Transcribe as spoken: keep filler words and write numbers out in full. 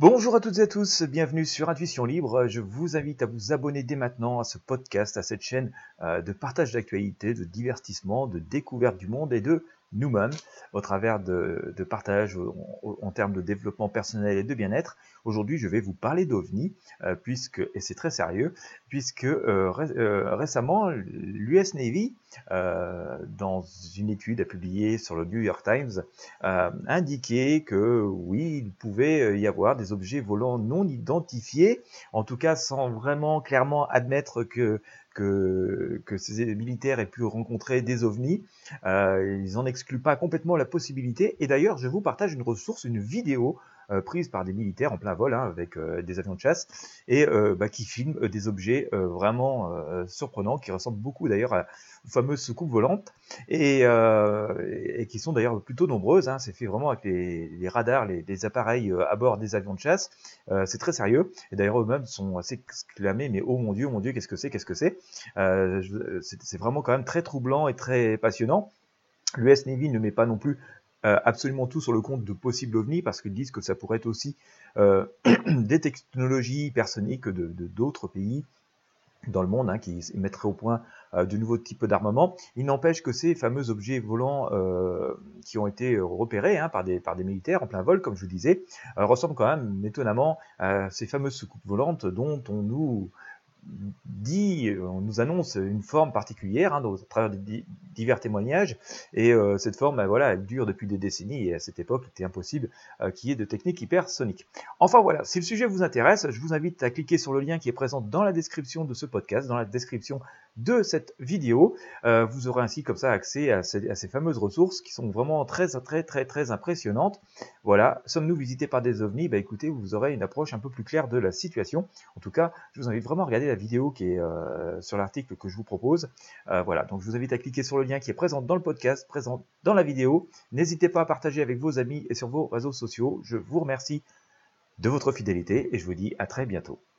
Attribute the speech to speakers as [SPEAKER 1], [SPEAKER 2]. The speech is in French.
[SPEAKER 1] Bonjour à toutes et à tous, bienvenue sur Intuition Libre. Je vous invite à vous abonner dès maintenant à ce podcast, à cette chaîne euh, de partage d'actualités, de divertissement, de découverte du monde et de nous-mêmes au travers de, de partage en, en termes de développement personnel et de bien-être. Aujourd'hui, je vais vous parler d'OVNI, euh, puisque, et c'est très sérieux, puisque euh, ré, euh, récemment, l'U S Navy, euh, dans une étude à publier sur le New York Times, euh, a indiqué que oui, il pouvait y avoir des objets volants non identifiés, en tout cas sans vraiment clairement admettre que que, que ces militaires aient pu rencontrer des ovnis. Euh, ils n'en excluent pas complètement la possibilité. Et d'ailleurs, je vous partage une ressource, une vidéo euh, prise par des militaires en plein vol, hein, avec euh, des avions de chasse, et euh, bah, qui filment euh, des objets euh, vraiment euh, surprenants, qui ressemblent beaucoup d'ailleurs à aux fameuses soucoupes volantes, et, euh, et qui sont d'ailleurs plutôt nombreuses. Hein. C'est fait vraiment avec les, les radars, les, les appareils euh, à bord des avions de chasse. Euh, c'est très sérieux. Et d'ailleurs, eux-mêmes sont assez exclamés, mais oh mon Dieu, mon Dieu, qu'est-ce que c'est, qu'est-ce que c'est euh, c'est, c'est vraiment quand même très troublant et très passionnant. L'U S Navy ne met pas non plus euh, absolument tout sur le compte de possibles ovnis, parce qu'ils disent que ça pourrait être aussi euh, des technologies hypersoniques de, de, d'autres pays dans le monde, hein, qui mettraient au point euh, de nouveaux types d'armements. Il n'empêche que ces fameux objets volants euh, qui ont été repérés hein, par, des, par des militaires en plein vol, comme je vous disais, euh, ressemblent quand même étonnamment à ces fameuses soucoupes volantes dont on nous dit, on nous annonce une forme particulière hein, à travers des divers témoignages, et euh, cette forme, ben, voilà, elle dure depuis des décennies, et à cette époque, il était impossible euh, qu'il y ait de technique hypersonique. Enfin voilà, si le sujet vous intéresse, je vous invite à cliquer sur le lien qui est présent dans la description de ce podcast, dans la description de cette vidéo. Euh, vous aurez ainsi comme ça accès à ces, à ces fameuses ressources qui sont vraiment très très très très impressionnantes. Voilà, sommes-nous visités par des ovnis? Bah écoutez, vous aurez une approche un peu plus claire de la situation. En tout cas, je vous invite vraiment à regarder la vidéo qui est euh, sur l'article que je vous propose. Euh, voilà, donc je vous invite à cliquer sur le lien qui est présent dans le podcast, présent dans la vidéo. N'hésitez pas à partager avec vos amis et sur vos réseaux sociaux. Je vous remercie de votre fidélité et je vous dis à très bientôt.